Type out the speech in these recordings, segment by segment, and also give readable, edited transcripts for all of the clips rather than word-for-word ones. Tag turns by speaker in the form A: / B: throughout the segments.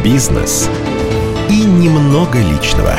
A: бизнес и немного личного.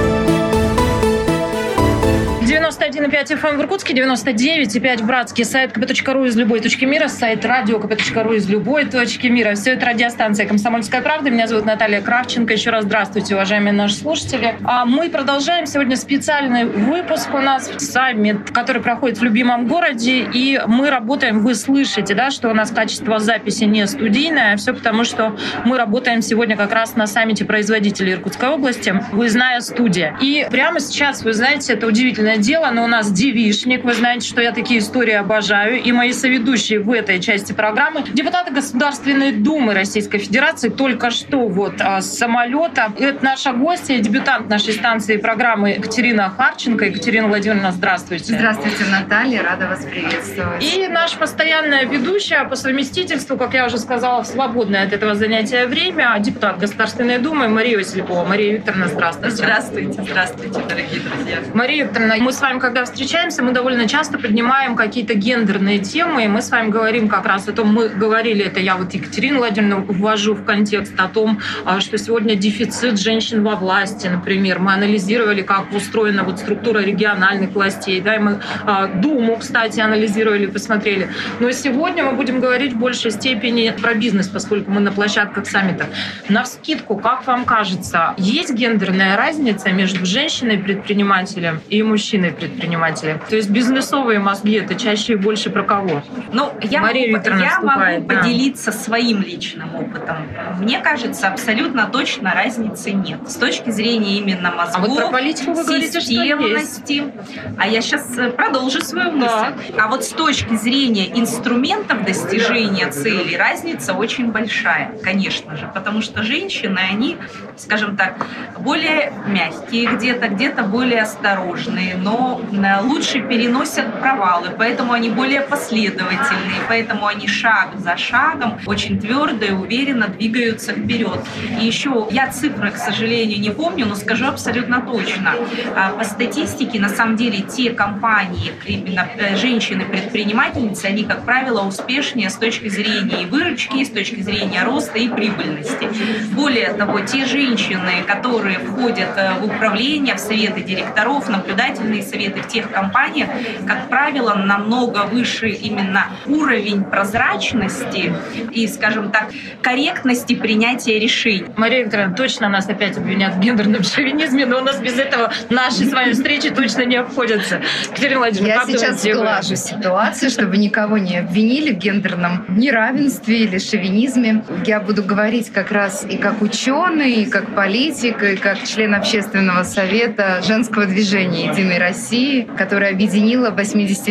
B: 91,5 FM в Иркутске, 99,5 в Братске, сайт kp.ru из любой точки мира, сайт радио kp.ru из любой точки мира. Все это радиостанция «Комсомольская правда». Меня зовут Наталья Кравченко. Еще раз здравствуйте, уважаемые наши слушатели. Мы продолжаем. Сегодня специальный выпуск у нас, саммит, который проходит в любимом городе. И мы работаем, вы слышите, да, что у нас качество записи не студийное. Все потому, что мы работаем сегодня как раз на саммите производителей Иркутской области. Выездная студия. И прямо сейчас, вы знаете, это удивительное дело, но у нас девичник. Вы знаете, что я такие истории обожаю. И мои соведущие в этой части программы — депутаты Государственной Думы Российской Федерации, только что с самолета. Это наша гостья, дебютант нашей станции программы Екатерина Харченко. Екатерина Владимировна, здравствуйте.
C: Здравствуйте, Наталья, рада вас приветствовать.
B: И наша постоянная ведущая по совместительству, как я уже сказала, в свободное от этого занятия время, депутат Государственной Думы Мария Василькова. Мария Викторовна, здравствуйте.
D: Здравствуйте, дорогие друзья.
B: Мария Викторовна, мы с вами, когда встречаемся, мы довольно часто поднимаем какие-то гендерные темы, и мы с вами говорим как раз о том, мы говорили, это я Екатерину Владимировну ввожу в контекст о том, что сегодня дефицит женщин во власти, например. Мы анализировали, как устроена структура региональных властей, да, и мы Думу, кстати, анализировали, посмотрели. Но сегодня мы будем говорить в большей степени про бизнес, поскольку мы на площадках саммита. Навскидку, как вам кажется, есть гендерная разница между женщиной-предпринимателем и мужчиной-предпринимателем? То есть бизнесовые мозги — это чаще и больше про кого?
D: Я могу поделиться своим личным опытом. Мне кажется, абсолютно точно разницы нет. С точки зрения именно мозгов,
B: про политику вы говорите,
D: системности. А я сейчас продолжу свою мысль. А с точки зрения инструментов достижения целей разница очень большая, конечно же. Потому что женщины, они, скажем так, более мягкие где-то более осторожные, но лучше переносят провалы, поэтому они более последовательные, поэтому они шаг за шагом очень твердо и уверенно двигаются вперед. И еще я цифры, к сожалению, не помню, но скажу абсолютно точно. По статистике, на самом деле, те компании, именно женщины-предпринимательницы, они, как правило, успешнее с точки зрения и выручки, с точки зрения роста и прибыльности. Более того, те женщины, которые входят в управление, в советы директоров, наблюдательные советы в тех компаниях, как правило, намного выше именно уровень прозрачности и, скажем так, корректности принятия решений.
B: Мария Викторовна, точно нас опять обвинят в гендерном шовинизме, но у нас без этого наши с вами встречи точно не обходятся. Екатерина Владимировна,
C: я сейчас сглажу ситуацию, чтобы никого не обвинили в гендерном неравенстве или шовинизме. Я буду говорить как раз и как ученый, и как политик, и как член общественного совета женского движения «Единой России», которое объединило в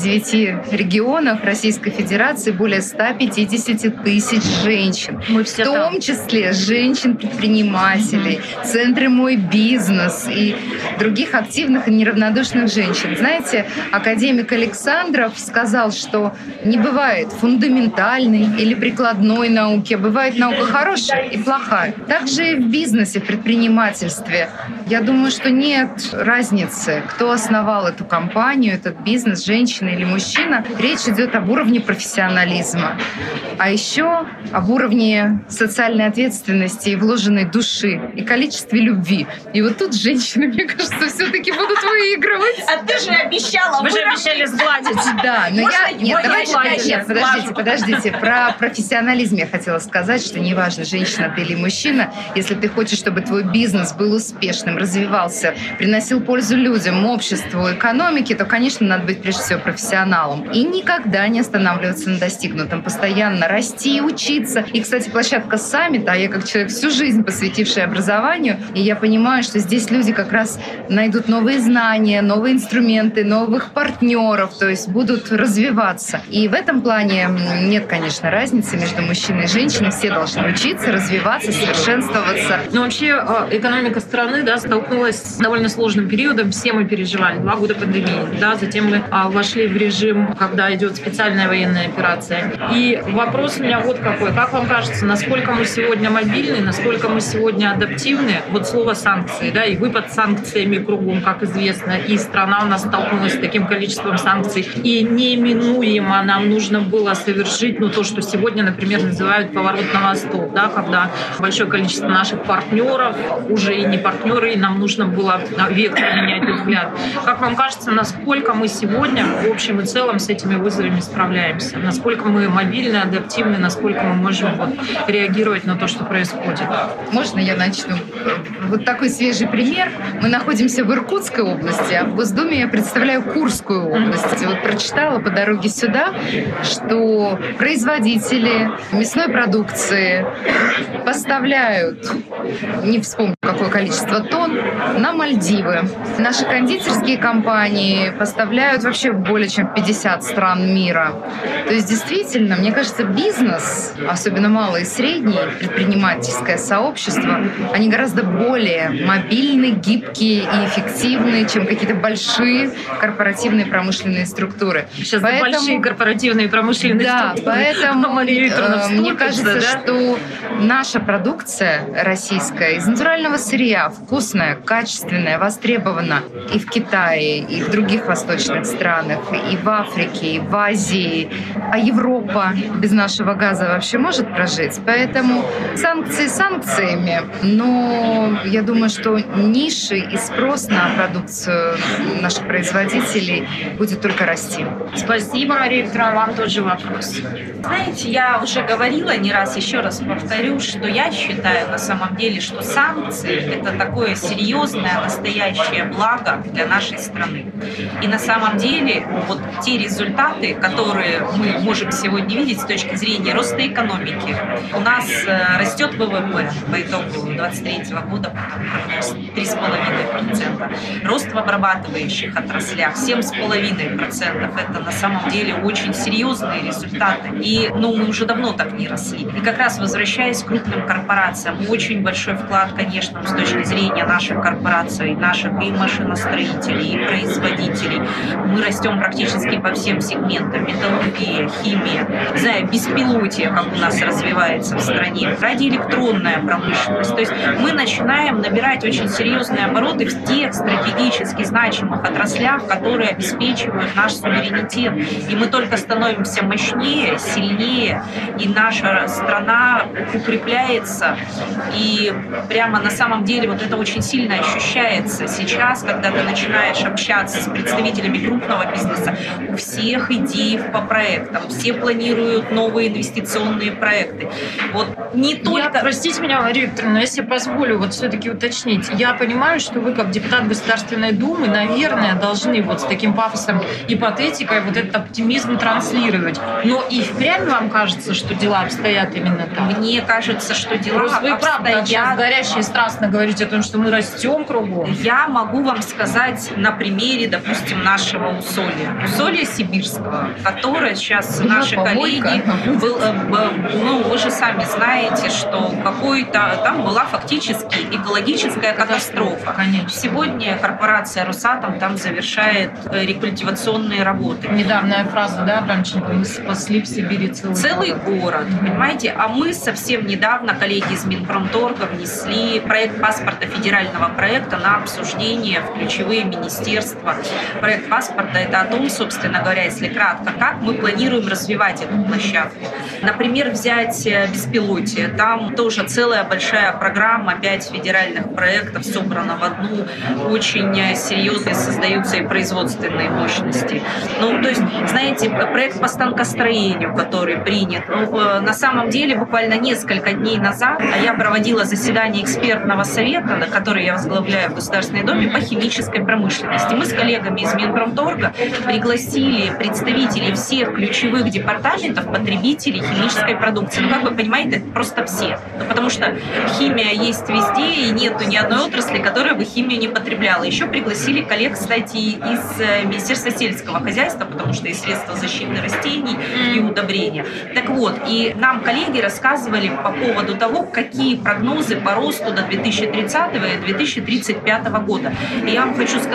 C: 89 регионах Российской Федерации более 150 тысяч женщин. В том числе женщин-предпринимателей, центры «Мой бизнес» и других активных и неравнодушных женщин. Знаете, академик Александров сказал, что не бывает фундаментальной или прикладной науки, а бывает наука хорошая и плохая. Также и в бизнесе, в предпринимательстве. Я думаю, что нет разницы, кто основал эту компанию, этот бизнес, женщина или мужчина. Речь идет об уровне профессионализма, а еще об уровне социальной ответственности и вложенной души, и количестве любви. И тут женщины, мне кажется, все-таки будут выигрывать.
D: А ты же обещала.
B: Вы же обещали сгладить.
C: Да, но подождите. Про профессионализм я хотела сказать, что неважно, женщина ты или мужчина, если ты хочешь, чтобы твой бизнес был успешным, развивался, приносил пользу людям, обществу, экономике, то, конечно, надо быть прежде всего профессионалом. И никогда не останавливаться на достигнутом, постоянно расти, учиться. И, кстати, площадка саммита, а я как человек всю жизнь посвятивший образованию, и я понимаю, что здесь люди как раз найдут новые знания, новые инструменты, новых партнеров, то есть будут развиваться. И в этом плане нет, конечно, разницы между мужчиной и женщиной. Все должны учиться, развиваться, совершенствоваться.
B: Но вообще экономика страны столкнулась с довольно сложным периодом. Все мы переживали 2 года пандемии. Да, затем мы вошли в режим, когда идет специальная военная операция. И вопрос у меня вот какой. Как вам кажется, насколько мы сегодня мобильны, насколько мы сегодня адаптивны? Вот слово санкции, да, и вы под санкциями кругом, как известно, и страна у нас столкнулась с таким количеством санкций. И неминуемо нам нужно было совершить, то, что сегодня, например, называют поворот на восток, да, когда большое количество наших партнеров, уже и не партнеры, и нам нужно было вектор менять взгляд. Как вам кажется, насколько мы сегодня в общем и целом с этими вызовами справляемся? Насколько мы мобильны, адаптивны, насколько мы можем реагировать на то, что происходит?
C: Можно я начну? Вот такой свежий пример. Мы находимся в Иркутской области, а в Госдуме я представляю Курскую область. Вот прочитала по дороге сюда, что производители мясной продукции поставляют, не вспомню какое количество тонн, на Мальдивы. Наши кондитерские компании поставляют вообще в более чем 50 стран мира. То есть действительно, мне кажется, бизнес, особенно малый и средний, предпринимательское сообщество, они гораздо более мобильны, гибкие и эффективны, чем какие-то большие корпоративные промышленные структуры.
B: Сейчас большие корпоративные промышленные структуры.
C: Да, поэтому мне кажется, что наша продукция российская из натурального сырья, вкусная, качественная, востребована и в Китае, и в других восточных странах, и в Африке, и в Азии. А Европа без нашего газа вообще может прожить? Поэтому санкции санкциями, но я думаю, что ниши и спрос на продукцию наших производителей будет только расти.
B: Спасибо, Мария Викторовна, вам тот же вопрос.
D: Знаете, я уже говорила не раз, еще раз повторю, что я считаю на самом деле, что санкции – это такое серьезное, настоящее благо для нашей страны. И на самом деле вот те результаты, которые мы можем сегодня видеть с точки зрения роста экономики, у нас растет ВВП по итогу 2023 года, прогноз 3,5%. Рост в обрабатывающих отраслях 7,5%. Это на самом деле очень серьезные результаты. И мы уже давно так не росли. И как раз возвращаясь к крупным корпорациям, очень большой вклад, конечно, с точки зрения наших корпораций, наших и машиностроителей, и производителей. Мы растем практически по всем сегментам. Металлургия, химия, не знаю, беспилотие, как у нас развивается в стране, радиоэлектронная промышленность. То есть мы начинаем набирать очень серьезные обороты в тех стратегически значимых отраслях, которые обеспечивают наш суверенитет. И мы только становимся мощнее, сильнее, и наша страна укрепляется. И прямо на самом деле вот это очень сильно ощущается сейчас, когда ты начинаешь общаться с представителями крупного бизнеса. У всех идеи по проектам, все планируют новые инвестиционные проекты. Вот не только...
B: Простите меня, Мария Викторовна, если позволю все-таки уточнить. Я понимаю, что вы, как депутат Государственной Думы, наверное, должны с таким пафосом и патетикой этот оптимизм транслировать. Но и впрямь вам кажется, что дела обстоят именно так?
D: Мне кажется, что дела
B: вы правда сейчас горячие и страстно говорите о том, что мы растем кругом.
D: Я могу вам сказать на примере, допустим, нашего Усолья Сибирского, которое сейчас наши коллеги... вы же сами знаете, что там была фактически экологическая катастрофа.
B: Конечно.
D: Сегодня корпорация «Росатом» там завершает рекультивационные работы.
B: Недавняя фраза, да, Бранченко, мы спасли в Сибири целый город.
D: Понимаете? А мы совсем недавно, коллеги из Минпромторга, внесли проект паспорта, федерального проекта, на обсуждение в ключевые министерства. Проект паспорта — это о том, собственно говоря, если кратко, как мы планируем развивать эту площадку. Например, взять беспилотие. Там тоже целая большая программа, 5 федеральных проектов собрана в одну. Очень серьезно создаются и производственные мощности. То есть, знаете, проект по станкостроению, который принят. На самом деле, буквально несколько дней назад я проводила заседание экспертного совета, который я возглавляю в Государственной Думе, по химической промышленности. Мы с коллегами из Минпромторга пригласили представителей всех ключевых департаментов потребителей химической продукции. Как вы понимаете, это просто все. Потому что химия есть везде, и нету ни одной отрасли, которая бы химию не потребляла. Еще пригласили коллег, кстати, из Министерства сельского хозяйства, потому что есть средства защиты растений и удобрения. Так вот, и нам коллеги рассказывали по поводу того, какие прогнозы по росту до 2030 и 2035 года. И я вам хочу сказать, во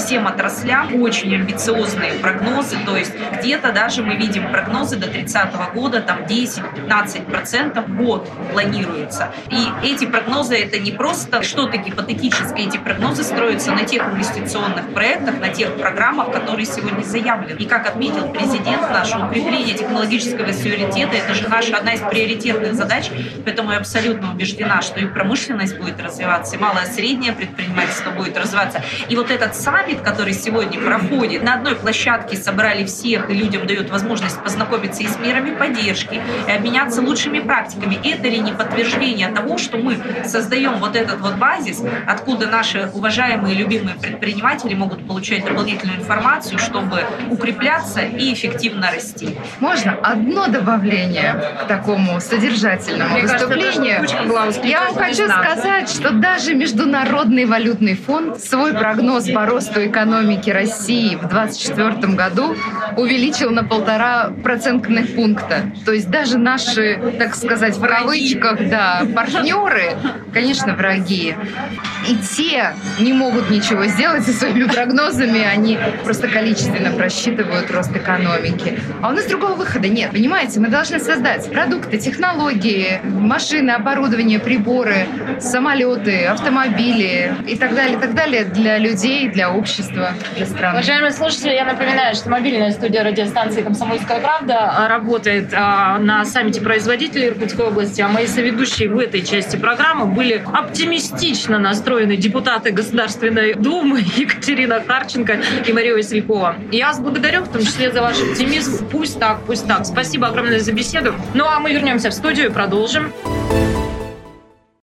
D: всем отраслям очень амбициозные прогнозы, то есть где-то даже мы видим прогнозы до 30 года, там 10-15% в год планируется. И эти прогнозы это не просто что-то гипотетическое, эти прогнозы строятся на тех инвестиционных проектах, на тех программах, которые сегодня заявлены. И как отметил президент наш, укрепление технологического суверенитета это же наша одна из приоритетных задач, поэтому я абсолютно убеждена, что и промышленность будет развиваться, и малое и среднее предпринимательство будет развиваться. И вот этот саммит, который сегодня проходит, на одной площадке собрали всех, и людям дают возможность познакомиться и с мерами поддержки, и обменяться лучшими практиками. Это ли не подтверждение того, что мы создаем вот этот вот базис, откуда наши уважаемые и любимые предприниматели могут получать дополнительную информацию, чтобы укрепляться и эффективно расти.
C: Можно одно добавление к такому содержательному выступлению? Я вам хочу сказать, что даже Международный валютный фонд свой прогноз по росту экономики России в 2024 году увеличил на 1,5 процентных пункта. То есть даже наши, так сказать, в кавычках, да, партнеры, конечно, враги, и те не могут ничего сделать со своими прогнозами, они просто количественно просчитывают рост экономики. А у нас другого выхода нет, понимаете? Мы должны создать продукты, технологии, машины, оборудование, приборы, самолеты, автомобили и так далее для людей, для общества, для страны.
B: Уважаемые слушатели, я напоминаю, что мобильная студия радиостанции «Комсомольская правда» работает на саммите производителей Иркутской области, а мои соведущие в этой части программы были оптимистично настроены депутаты Государственной Думы Екатерина Харченко и Мария Василькова. Я вас благодарю, в том числе за ваш оптимизм. Пусть так, пусть так. Спасибо огромное за беседу. Ну а мы вернемся в студию и продолжим.